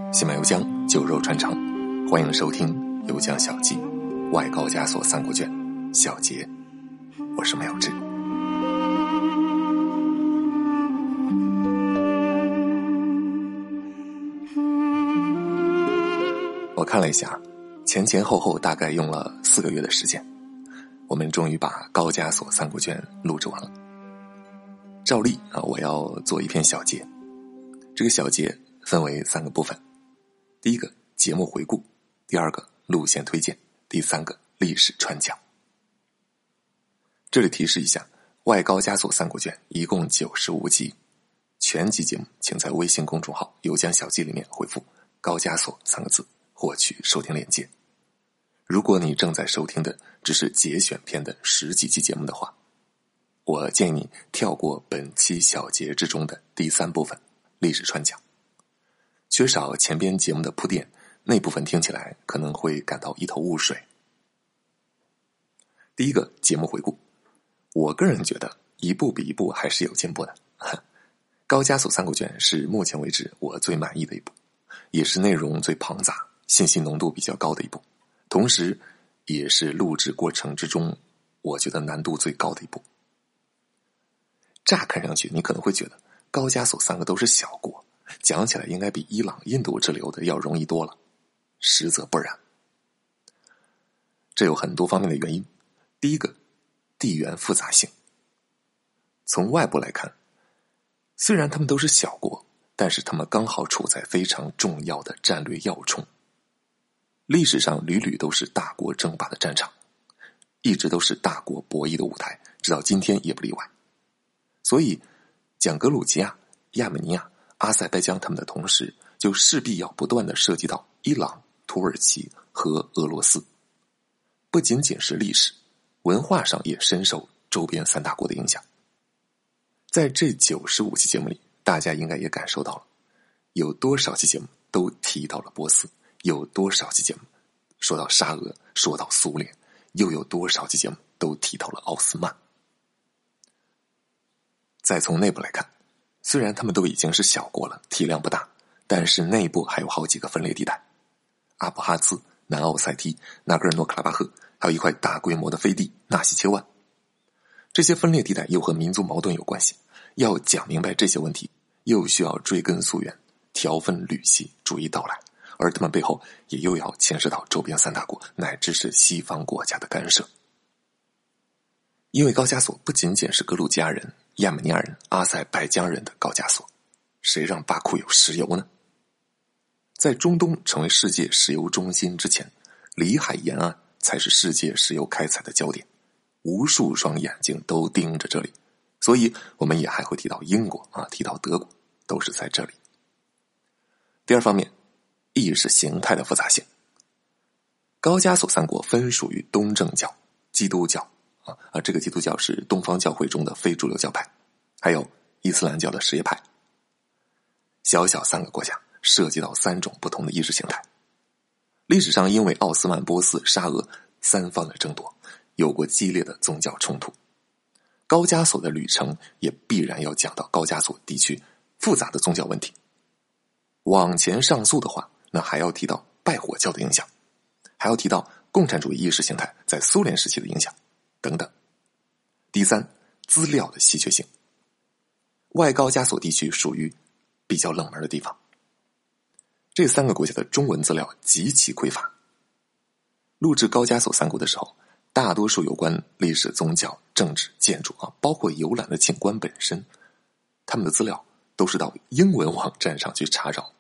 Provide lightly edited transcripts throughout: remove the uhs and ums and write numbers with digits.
西马油江酒肉传承，欢迎收听油江小记外高加索三国卷小结，我是麦有志。我看了一下，前后大概用了4个月的时间，我们终于把高加索三国卷录制完了。照例我要做一篇小结，这个小结分为3个部分。第一个节目回顾，第二个路线推荐，第三个历史传讲。这里提示一下，外高加索三国卷一共95集，全集节目请在微信公众号油江小记里面回复高加索3个字获取收听链接。如果你正在收听的只是节选篇的10几期节目的话，我建议你跳过本期小节之中的第3部分历史传讲。缺少前边节目的铺垫，那部分听起来可能会感到一头雾水。第一个节目回顾，我个人觉得一部比一部还是有进步的。高加索三国卷是目前为止我最满意的一部，也是内容最庞杂、信息浓度比较高的一部，同时也是录制过程之中我觉得难度最高的一部。乍看上去你可能会觉得高加索3个都是小国，讲起来应该比伊朗、印度之流的要容易多了，实则不然。这有很多方面的原因。第一个，地缘复杂性。从外部来看，虽然他们都是小国，但是他们刚好处在非常重要的战略要冲，历史上屡屡都是大国争霸的战场，一直都是大国博弈的舞台，直到今天也不例外。所以讲格鲁吉亚、亚美尼亚、阿塞拜疆他们的同时，就势必要不断地涉及到伊朗、土耳其和俄罗斯。不仅仅是历史，文化上也深受周边3大国的影响。在这95期节目里，大家应该也感受到了，有多少期节目都提到了波斯，有多少期节目说到沙俄，说到苏联，又有多少期节目都提到了奥斯曼。再从内部来看，虽然他们都已经是小国了，体量不大，但是内部还有好几个分裂地带，阿布哈兹、南奥塞梯、纳戈尔诺卡拉巴赫，还有一块大规模的飞地纳西切万。这些分裂地带又和民族矛盾有关系，要讲明白这些问题，又需要追根溯源，条分缕析，逐一道来，而他们背后也又要牵涉到周边3大国乃至是西方国家的干涉。因为高加索不仅仅是格鲁吉亚人、亚美尼亚人、阿塞拜疆人的高加索，谁让巴库有石油呢？在中东成为世界石油中心之前，里海沿岸才是世界石油开采的焦点，无数双眼睛都盯着这里，所以我们也还会提到英国提到德国，都是在这里。第二方面，意识形态的复杂性。高加索3国分属于东正教、基督教这个基督教是东方教会中的非主流教派，还有伊斯兰教的什叶派。小小3个国家涉及到3种不同的意识形态。历史上因为奥斯曼、波斯、沙俄3方的争夺，有过激烈的宗教冲突。高加索的旅程也必然要讲到高加索地区复杂的宗教问题。往前上溯的话，那还要提到拜火教的影响，还要提到共产主义意识形态在苏联时期的影响等等。第3，资料的稀缺性。外高加索地区属于比较冷门的地方，这3个国家的中文资料极其匮乏。录制高加索3国的时候，大多数有关历史、宗教、政治、建筑包括游览的景观本身，他们的资料都是到英文网站上去查找。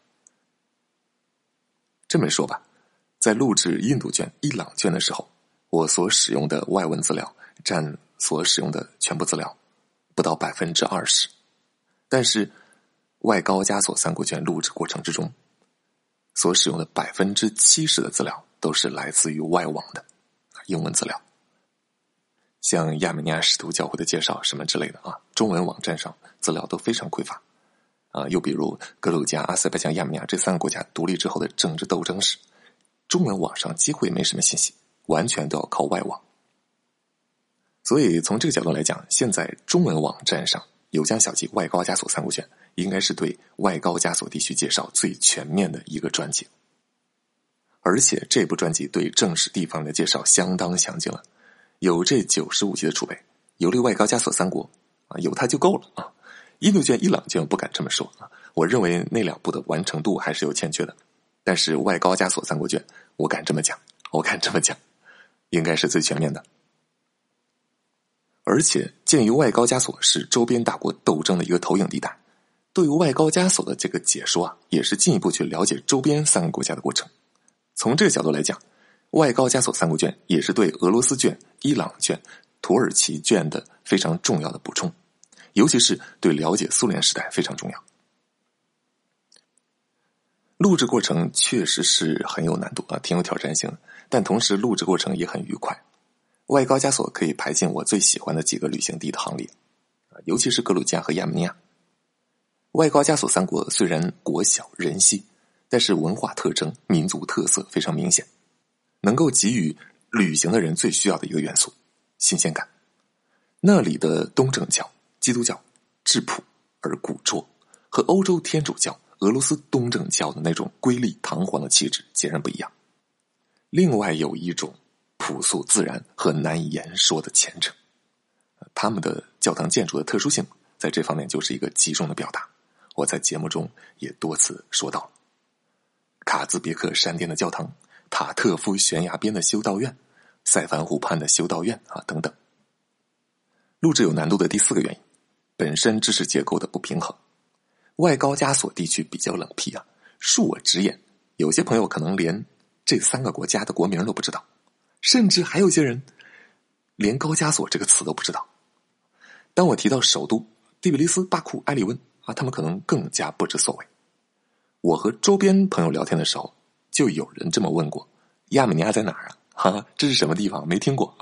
这么说吧，在录制印度卷、伊朗卷的时候，我所使用的外文资料占所使用的全部资料不到 20%， 但是外高加索3国卷录制过程之中所使用的 70% 的资料都是来自于外网的英文资料，像亚美尼亚使徒教会的介绍什么之类的中文网站上资料都非常匮乏又比如格鲁吉亚、阿塞拜疆、亚美尼亚这3个国家独立之后的政治斗争史，中文网上几乎也没什么信息，完全都要靠外网。所以从这个角度来讲，现在中文网站上有江小记外高加索三国卷应该是对外高加索地区介绍最全面的一个专辑，而且这部专辑对正史地方的介绍相当详尽了，有这95集的储备，游历外高加索三国有它就够了啊。印度卷、伊朗卷我不敢这么说啊，我认为那2部的完成度还是有欠缺的，但是外高加索三国卷我敢这么讲，应该是最全面的。而且鉴于外高加索是周边大国斗争的一个投影地带，对于外高加索的这个解说也是进一步去了解周边3个国家的过程。从这个角度来讲，外高加索三国卷也是对俄罗斯卷、伊朗卷、土耳其卷的非常重要的补充，尤其是对了解苏联时代非常重要。录制过程确实是很有难度挺有挑战性的，但同时录制过程也很愉快。外高加索可以排进我最喜欢的几个旅行地的行列，尤其是格鲁吉亚和亚美尼亚。外高加索三国虽然国小人稀，但是文化特征、民族特色非常明显，能够给予旅行的人最需要的一个元素——新鲜感。那里的东正教、基督教质朴而古拙，和欧洲天主教、俄罗斯东正教的那种瑰丽堂皇的气质截然不一样。另外有一种朴素自然和难以言说的虔诚，他们的教堂建筑的特殊性在这方面就是一个集中的表达，我在节目中也多次说到了。卡兹别克山巅的教堂、塔特夫悬崖边的修道院、塞凡湖畔的修道院等等。录制有难度的第4个原因，本身知识结构的不平衡。外高加索地区比较冷僻恕我直言，有些朋友可能连这3个国家的国名都不知道，甚至还有些人连高加索这个词都不知道。当我提到首都第比利斯、巴库、埃里温他们可能更加不知所谓。我和周边朋友聊天的时候，就有人这么问过：亚美尼亚在哪儿这是什么地方？没听过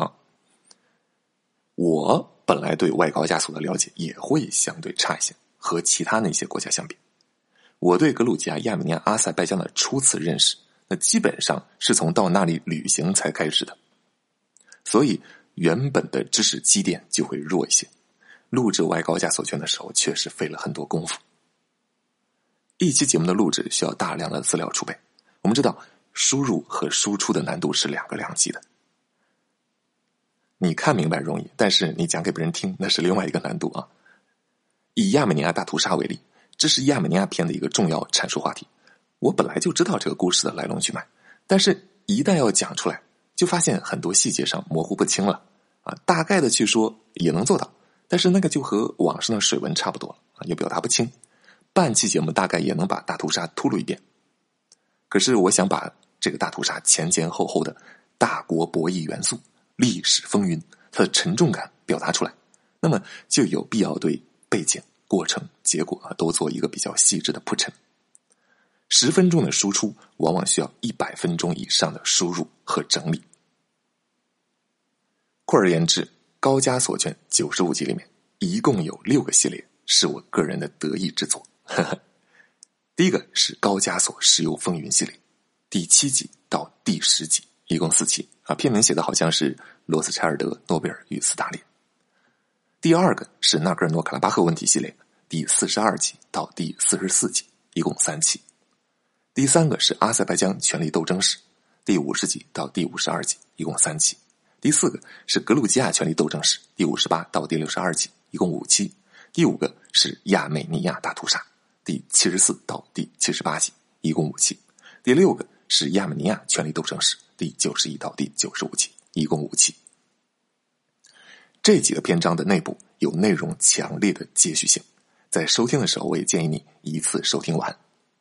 我本来对外高加索的了解也会相对差一些，和其他那些国家相比。我对格鲁吉亚、亚美尼亚、阿塞拜疆的初次认识，那基本上是从到那里旅行才开始的，所以原本的知识积淀就会弱一些。录制外高加索卷的时候确实费了很多功夫。一期节目的录制需要大量的资料储备，我们知道输入和输出的难度是2个量级的。你看明白容易，但是你讲给别人听那是另外一个难度以亚美尼亚大屠杀为例，这是亚美尼亚篇的一个重要阐述话题。我本来就知道这个故事的来龙去脉，但是一旦要讲出来，就发现很多细节上模糊不清了大概的去说也能做到，但是那个就和网上的水文差不多了也表达不清。半期节目大概也能把大屠杀秃噜一遍，可是我想把这个大屠杀前前后后的大国博弈元素、历史风云、它的沉重感表达出来，那么就有必要对背景、过程、结果都做一个比较细致的铺陈。10分钟的输出往往需要100分钟以上的输入和整理。扩而言之，高加索卷95集里面一共有6个系列是我个人的得意之作。第一个是高加索石油风云系列，第7集到第10集，一共4期片名写的好像是罗斯柴尔德、诺贝尔与斯大林。第2个是纳戈尔诺卡拉巴赫问题系列，第42集到第44集，一共3期。第3个是阿塞拜疆权力斗争史，第50集到第52集，一共3期。第4个是格鲁吉亚权力斗争史，第58到第62集，一共5期。第5个是亚美尼亚大屠杀，第74到第78集，一共5期。第6个是亚美尼亚权力斗争史，第91到第95集，一共5期。这几个篇章的内部有内容强烈的接续性，在收听的时候我也建议你一次收听完。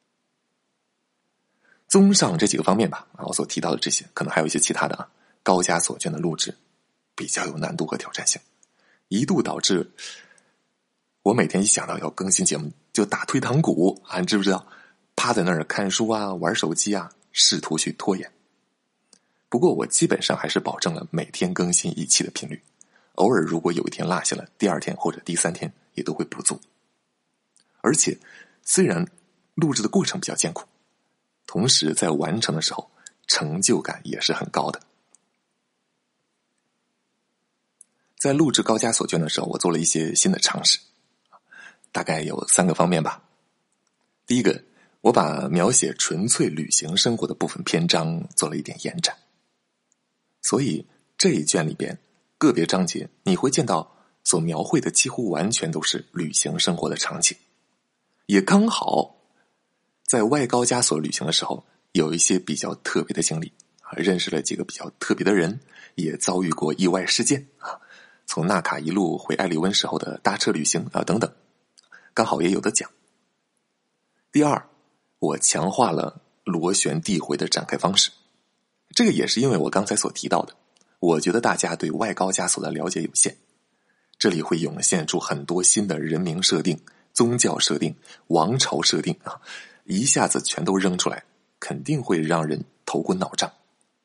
综上这几个方面吧我所提到的这些，可能还有一些其他的高加索卷的录制比较有难度和挑战性，一度导致我每天一想到要更新节目就打退堂鼓你知不知道？趴在那儿看书玩手机试图去拖延。不过我基本上还是保证了每天更新1期的频率，偶尔如果有一天落下了，第2天或者第3天也都会补足。而且虽然录制的过程比较艰苦，同时在完成的时候成就感也是很高的。在录制高加索卷的时候，我做了一些新的尝试。 大概有3个方面吧。第一个，我把描写纯粹旅行生活的部分篇章做了一点延展，所以这一卷里边个别章节你会见到所描绘的几乎完全都是旅行生活的场景，也刚好在外高加索旅行的时候有一些比较特别的经历，认识了几个比较特别的人，也遭遇过意外事件从纳卡一路回埃里温时候的搭车旅行等等，刚好也有的讲。第二，我强化了螺旋递回的展开方式，这个也是因为我刚才所提到的，我觉得大家对外高加索的了解有限，这里会涌现出很多新的人名设定、宗教设定、王朝设定一下子全都扔出来，肯定会让人头昏脑胀。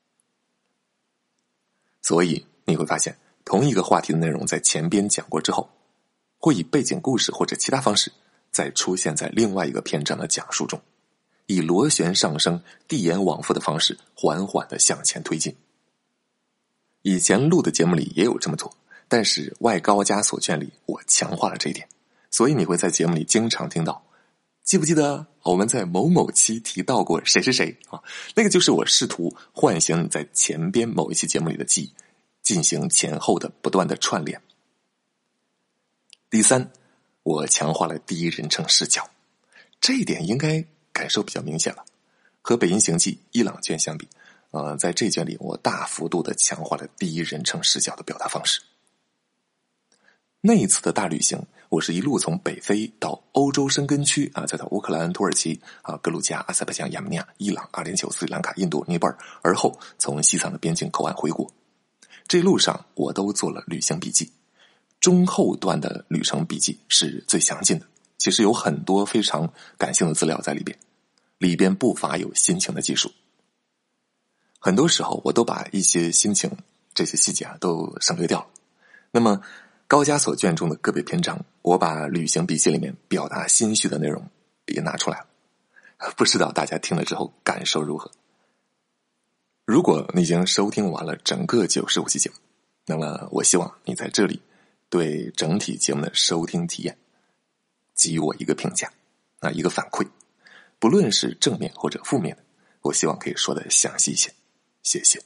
所以你会发现，同一个话题的内容在前边讲过之后，会以背景故事或者其他方式再出现在另外一个篇章的讲述中，以螺旋上升、递延往复的方式缓缓地向前推进。以前录的节目里也有这么做，但是外高加索卷里我强化了这一点，所以你会在节目里经常听到，记不记得我们在某某期提到过谁谁谁那个就是我试图唤醒你在前边某一期节目里的记忆，进行前后的不断的串联。第三，我强化了第一人称视角，这一点应该感受比较明显了。和北音行记伊朗卷相比，在这卷里我大幅度的强化了第一人称视角的表达方式。那一次的大旅行，我是一路从北非到欧洲申根区再到乌克兰、土耳其格鲁吉亚、阿塞拜疆、亚美尼亚、伊朗、阿联酋、斯里兰卡、印度、尼泊尔，而后从西藏的边境口岸回国。这路上我都做了旅行笔记，中后段的旅程笔记是最详尽的，其实有很多非常感性的资料在里边不乏有心情的技术。很多时候我都把一些心情这些细节都省略掉了。那么高加索卷中的个别篇章，我把旅行笔记里面表达心绪的内容也拿出来了，不知道大家听了之后感受如何。如果你已经收听完了整个95期节目，那么我希望你在这里对整体节目的收听体验给予我一个评价一个反馈，不论是正面或者负面的，我希望可以说的详细一些，谢谢。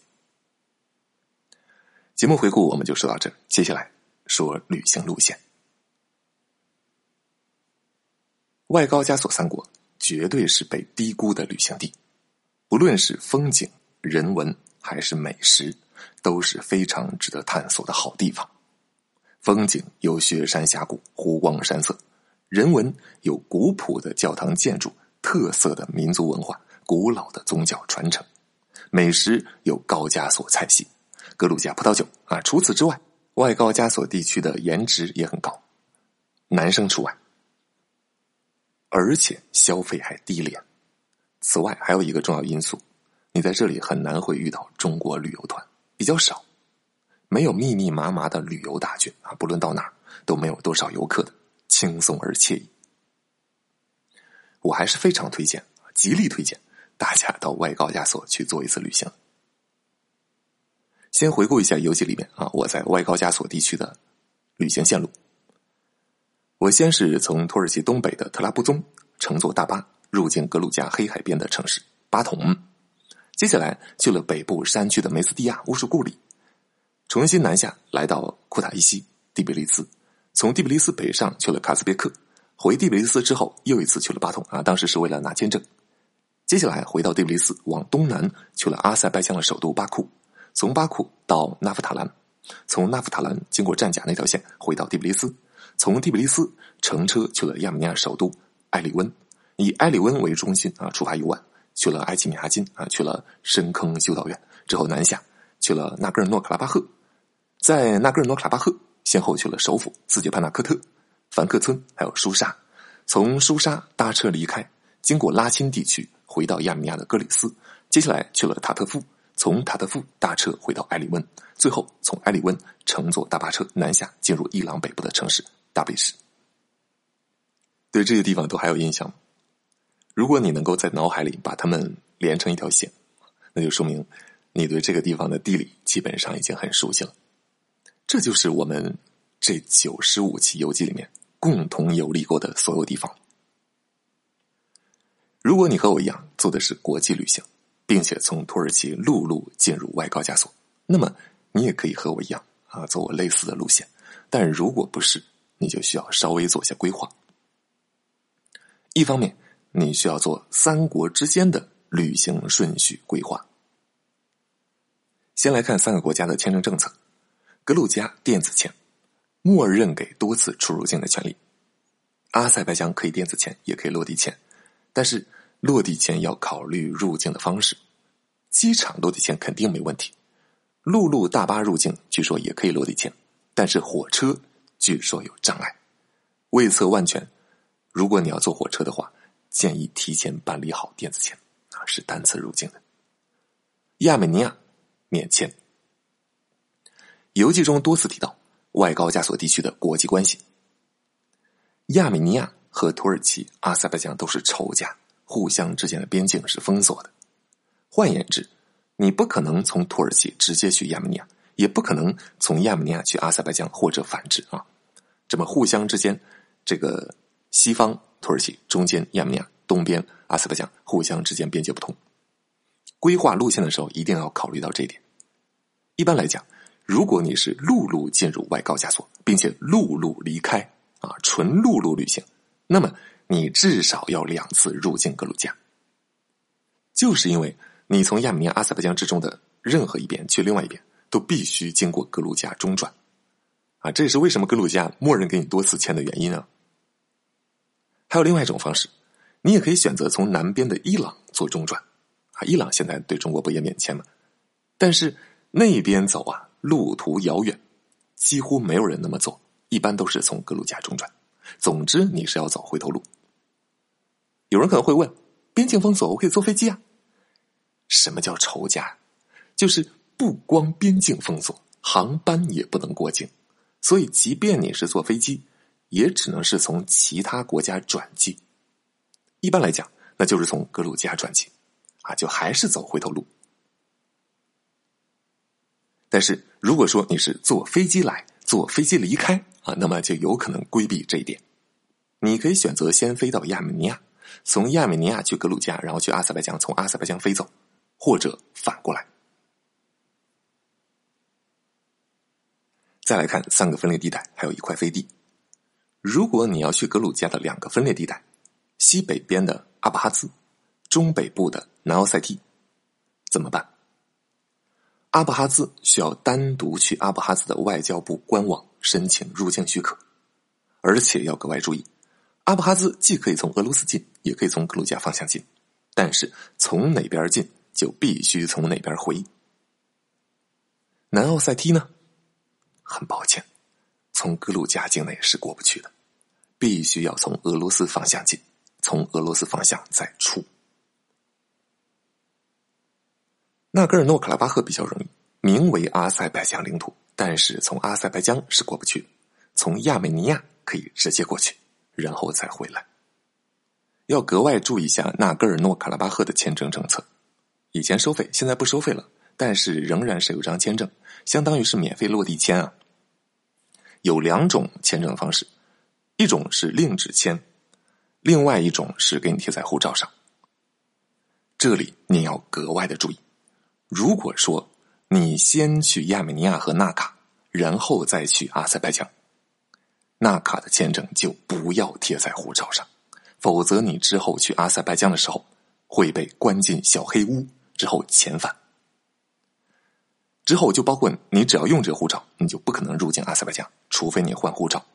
节目回顾我们就说到这，接下来说旅行路线。外高加索三国绝对是被低估的旅行地，不论是风景、人文还是美食，都是非常值得探索的好地方。风景有雪山峡谷、湖光山色，人文有古朴的教堂建筑、特色的民族文化、古老的宗教传承，美食有高加索菜系、格鲁吉亚葡萄酒除此之外，外高加索地区的颜值也很高，男生除外，而且消费还低廉。此外还有一个重要因素，你在这里很难会遇到中国旅游团，比较少，没有密密麻麻的旅游大军不论到哪儿都没有多少游客的，轻松而惬意。我还是非常推荐，极力推荐大家到外高加索去做一次旅行。先回顾一下游记里面我在外高加索地区的旅行线路。我先是从土耳其东北的特拉布宗乘坐大巴入境格鲁吉亚黑海边的城市巴统，接下来去了北部山区的梅斯蒂亚乌什库里，重新南下来到库塔伊西第比利斯，从第比利斯北上去了卡斯别克，回第比利斯之后又一次去了巴统当时是为了拿签证。接下来回到第比利斯往东南去了阿塞拜疆的首都巴库，从巴库到纳夫塔兰，从纳夫塔兰经过战甲那条线回到第比利斯，从第比利斯乘车去了亚美尼亚首都埃里温，以埃里温为中心出发游玩，去了埃奇米哈金去了深坑修道院，之后南下去了纳戈尔诺卡拉巴赫，在纳戈尔诺卡拉巴赫先后去了首府斯捷潘纳科特、凡克村还有舒沙，从舒沙搭车离开，经过拉钦地区回到亚美尼亚的戈里斯，接下来去了塔特夫，从塔特夫搭车回到埃里温，最后从埃里温乘坐大巴车南下进入伊朗北部的城市大比什。对这些地方都还有印象吗？如果你能够在脑海里把它们连成一条线，那就说明你对这个地方的地理基本上已经很熟悉了。这就是我们这95期游记里面共同游历过的所有地方。如果你和我一样做的是国际旅行，并且从土耳其陆路进入外高加索，那么你也可以和我一样走我类似的路线。但如果不是，你就需要稍微做些规划。一方面，你需要做3国之间的旅行顺序规划。先来看3个国家的签证政策。格鲁吉亚电子签，默认给多次出入境的权利。阿塞拜疆可以电子签，也可以落地签，但是落地签要考虑入境的方式。机场落地签肯定没问题，陆路大巴入境据说也可以落地签，但是火车据说有障碍。为策万全，如果你要坐火车的话，建议提前办理好电子签，是单次入境的。亚美尼亚免签。游记中多次提到外高加索地区的国际关系。亚美尼亚和土耳其、阿塞拜疆都是仇家，互相之间的边境是封锁的。换言之，你不可能从土耳其直接去亚美尼亚，也不可能从亚美尼亚去阿塞拜疆，或者反之这么互相之间，这个西方土耳其，中间亚美尼亚，东边阿塞拜疆，互相之间边界不通。规划路线的时候一定要考虑到这一点。一般来讲，如果你是陆路进入外高加索，并且陆路离开纯陆路旅行，那么你至少要2次入境格鲁吉亚。就是因为你从亚美尼亚、阿塞拜疆之中的任何一边去另外一边，都必须经过格鲁吉亚中转这也是为什么格鲁吉亚默认给你多次签的原因啊。还有另外一种方式，你也可以选择从南边的伊朗做中转伊朗现在对中国不也免签吗？但是那边走路途遥远，几乎没有人那么做，一般都是从格鲁吉亚中转。总之你是要走回头路。有人可能会问，边境封锁我可以坐飞机什么叫仇家？就是不光边境封锁，航班也不能过境，所以即便你是坐飞机，也只能是从其他国家转机。一般来讲，那就是从格鲁吉亚转机就还是走回头路。但是如果说你是坐飞机来，坐飞机离开那么就有可能规避这一点。你可以选择先飞到亚美尼亚，从亚美尼亚去格鲁吉亚，然后去阿塞拜疆，从阿塞拜疆飞走，或者反过来。再来看3个分裂地带，还有1块飞地。如果你要去格鲁吉亚的2个分裂地带，西北边的阿布哈兹，中北部的南奥塞梯，怎么办？阿布哈兹需要单独去阿布哈兹的外交部官网申请入境许可，而且要格外注意，阿布哈兹既可以从俄罗斯进，也可以从格鲁吉亚方向进，但是从哪边进就必须从哪边回。南奥塞梯呢？很抱歉，从格鲁吉亚境内是过不去的，必须要从俄罗斯方向进，从俄罗斯方向再出。纳戈尔诺卡拉巴赫比较容易，名为阿塞拜疆领土，但是从阿塞拜疆是过不去的，从亚美尼亚可以直接过去，然后再回来。要格外注意一下纳戈尔诺卡拉巴赫的签证政策，以前收费，现在不收费了，但是仍然是有张签证，相当于是免费落地签有2种签证方式，一种是令旨签，另外一种是给你贴在护照上。这里你要格外的注意，如果说你先去亚美尼亚和纳卡，然后再去阿塞拜疆，纳卡的签证就不要贴在护照上，否则你之后去阿塞拜疆的时候会被关进小黑屋，之后遣返。之后就包括你只要用这个护照，你就不可能入境阿塞拜疆，除非你换护照。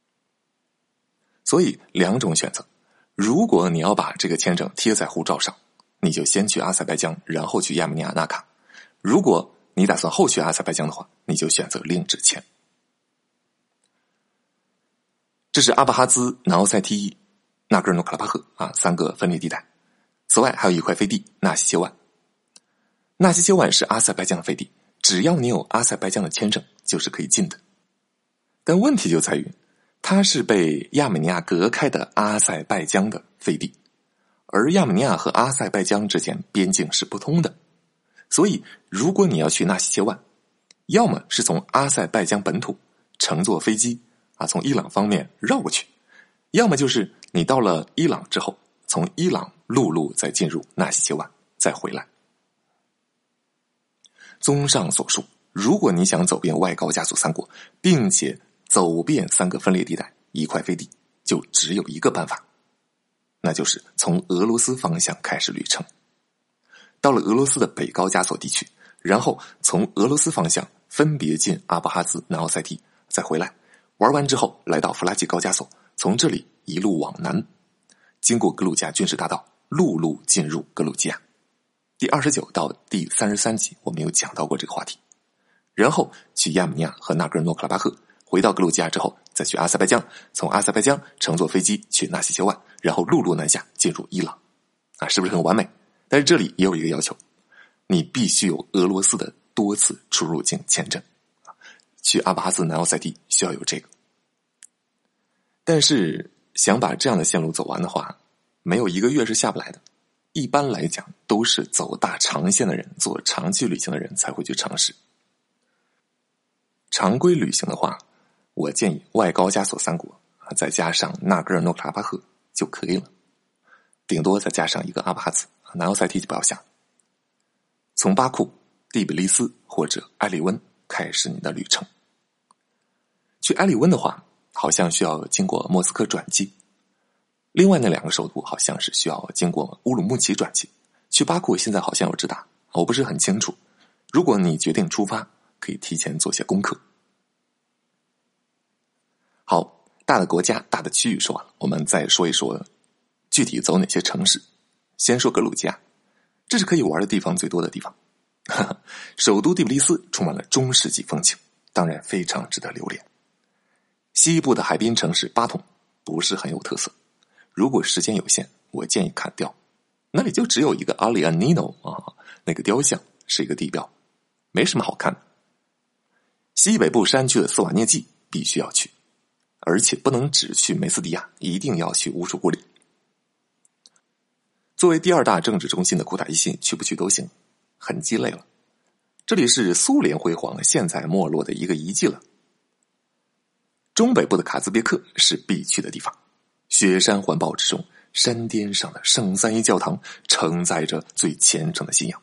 所以2种选择，如果你要把这个签证贴在护照上，你就先去阿塞拜疆，然后去亚美尼亚纳卡。如果你打算后去阿塞拜疆的话，你就选择令旨签。这是阿布哈兹、南奥塞梯、纳戈尔诺卡拉巴赫3个分裂地带。此外还有1块飞地纳西切万。纳西切万是阿塞拜疆的飞地，只要你有阿塞拜疆的签证就是可以进的。但问题就在于它是被亚美尼亚隔开的阿塞拜疆的飞地，而亚美尼亚和阿塞拜疆之间边境是不通的，所以如果你要去纳西切万，要么是从阿塞拜疆本土乘坐飞机从伊朗方面绕过去， 要么就是你到了伊朗之后，从伊朗陆路再进入纳西切万，再回来。综上所述，如果你想走遍外高加索三国，并且走遍3个分裂地带1块飞地，就只有一个办法，那就是从俄罗斯方向开始旅程。到了俄罗斯的北高加索地区，然后从俄罗斯方向分别进阿布哈兹、南奥塞梯，再回来。玩完之后来到弗拉季高加索，从这里一路往南，经过格鲁吉亚军事大道，陆路进入格鲁吉亚。第29到第33集我们有讲到过这个话题。然后去亚美尼亚和纳戈尔诺卡拉巴赫，回到格鲁吉亚之后再去阿塞拜疆，从阿塞拜疆乘坐飞机去纳西切万，然后陆路南下进入伊朗。是不是很完美？但是这里也有一个要求，你必须有俄罗斯的多次出入境签证。去阿巴斯南奥塞梯需要有这个。但是想把这样的线路走完的话，没有1个月是下不来的。一般来讲都是走大长线的人，做长期旅行的人才会去尝试。常规旅行的话，我建议外高加索三国再加上纳戈尔诺卡拉巴赫就可以了，顶多再加上一个阿巴哈兹，南奥塞梯就不要下。从巴库、第比利斯或者埃里温开始你的旅程。去埃里温的话，好像需要经过莫斯科转机，另外那2个首都好像是需要经过乌鲁木齐转机。去巴库现在好像有直达，我不是很清楚。如果你决定出发，可以提前做些功课。好，大的国家、大的区域说完了，我们再说一说具体走哪些城市。先说格鲁吉亚，这是可以玩的地方最多的地方。首都第比利斯充满了中世纪风情，当然非常值得留恋。西部的海滨城市巴统不是很有特色，如果时间有限，我建议砍掉。那里就只有一个阿里安尼诺那个雕像是一个地标，没什么好看的。西北部山区的斯瓦涅季必须要去，而且不能只去梅斯蒂亚，一定要去乌楚古里。作为第2大政治中心的库塔伊信去不去都行，很鸡肋了。这里是苏联辉煌现在没落的一个遗迹了。中北部的卡兹别克是必去的地方，雪山环抱之中，山巅上的圣三一教堂承载着最虔诚的信仰。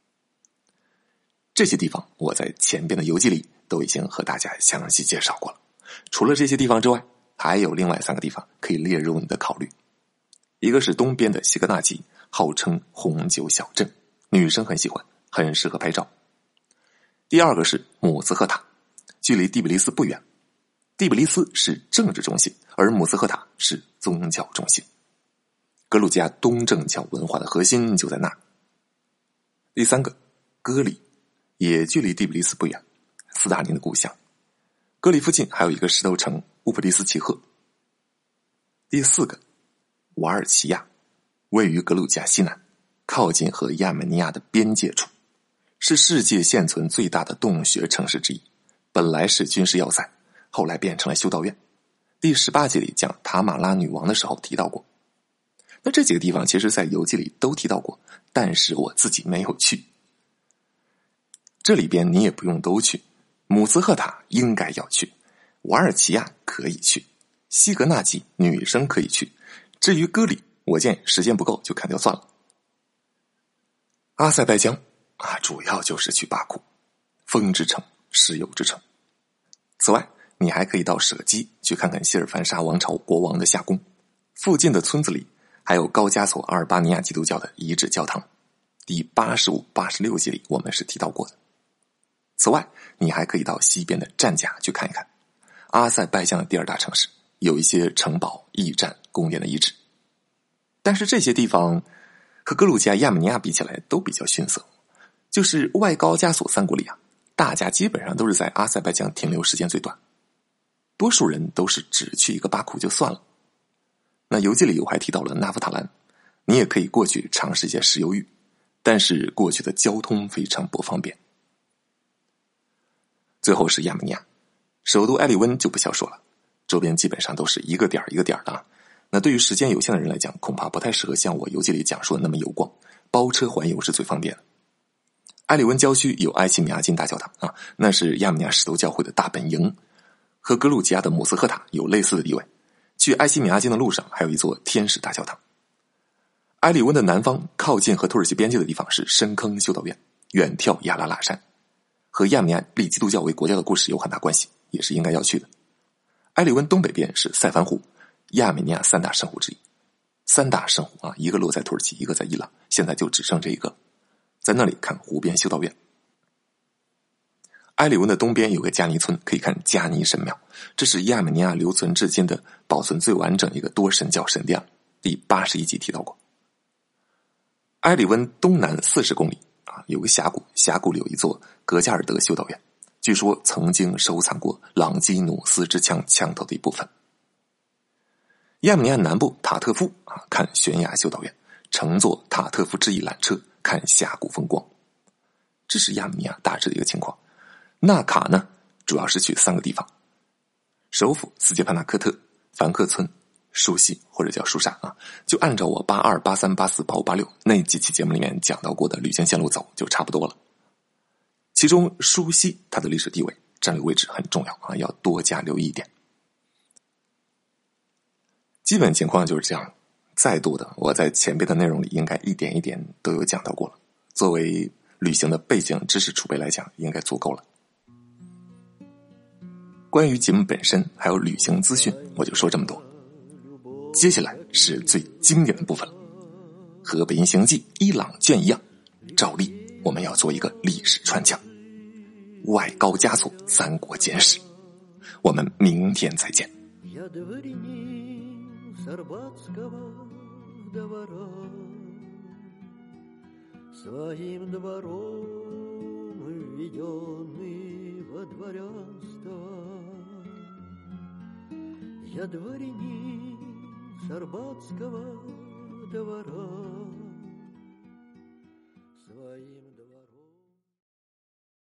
这些地方我在前边的游记里都已经和大家详细介绍过了。除了这些地方之外，还有另外3个地方可以列入你的考虑。一个是东边的西格纳吉，号称红酒小镇，女生很喜欢，很适合拍照。第2个是姆斯赫塔，距离第比利斯不远。第比利斯是政治中心，而姆斯赫塔是宗教中心。格鲁吉亚东正教文化的核心就在那儿。第3个，戈里，也距离第比利斯不远，斯大林的故乡。戈里附近还有一个石头城乌普利斯齐赫。第4个，瓦尔齐亚，位于格鲁吉亚西南，靠近和亚美尼亚的边界处，是世界现存最大的洞穴城市之一，本来是军事要塞，后来变成了修道院。第18集里讲塔马拉女王的时候提到过。那这几个地方其实在游记里都提到过，但是我自己没有去。这里边你也不用都去，姆斯赫塔应该要去，瓦尔齐亚可以去，西格纳吉女生可以去，至于戈里，我建议时间不够就砍掉算了。阿塞拜疆主要就是去巴库，风之城，石油之城。此外，你还可以到舍基去看看希尔凡沙王朝国王的夏宫，附近的村子里还有高加索阿尔巴尼亚基督教的遗址教堂，第85、86集里我们是提到过的。此外，你还可以到西边的战甲去看一看，阿塞拜疆的第2大城市，有一些城堡、驿站、宫殿的遗址。但是这些地方和格鲁吉亚、亚美尼亚比起来都比较逊色，就是外高加索三国里大家基本上都是在阿塞拜疆停留时间最短，多数人都是只去一个巴库就算了。那游记里我还提到了纳夫塔兰，你也可以过去尝试一些石油浴，但是过去的交通非常不方便。最后是亚美尼亚，首都埃里温就不消说了，周边基本上都是一个点一个点的那对于时间有限的人来讲，恐怕不太适合像我游记里讲述的那么游逛，包车环游是最方便的。埃里温郊区有埃奇米亚金大教堂那是亚美尼亚使徒教会的大本营，和格鲁吉亚的姆斯赫塔有类似的地位， 去埃西米亚京的路上还有一座天使大教堂。埃里温的南方靠近和土耳其边界的地方是深坑修道院，远眺亚拉腊山，和亚美尼亚立基督教为国教的故事有很大关系，也是应该要去的。埃里温东北边是塞凡湖，亚美尼亚三大圣湖之一。三大圣湖啊，一个落在土耳其，一个在伊朗，现在就只剩这一个。在那里看湖边修道院。埃里温的东边有个加尼村，可以看加尼神庙，这是亚美尼亚留存至今的保存最完整一个多神教神殿，第81集提到过。埃里温东南40公里啊，有个峡谷，峡谷里有一座格加尔德修道院，据说曾经收藏过朗基努斯之枪枪头的一部分。亚美尼亚南部塔特夫啊，看悬崖修道院，乘坐塔特夫之翼缆车看峡谷风光。这是亚美尼亚大致的一个情况。纳卡呢，主要是去3个地方：首府斯捷帕纳科特、凡克村、舒西或者叫舒萨啊，就按照我82、83、84、85、86那几期节目里面讲到过的旅行线路走就差不多了。其中舒西它的历史地位、战略位置很重要啊，要多加留意一点。基本情况就是这样，再多的我在前边的内容里应该一点一点都有讲到过了，作为旅行的背景知识储备来讲应该足够了。关于节目本身还有旅行资讯我就说这么多，接下来是最经典的部分了。和北京行记伊朗卷一样，照例我们要做一个历史穿墙，外高加索三国简史。我们明天再见。 Я дворянин с Арбатского двора, своим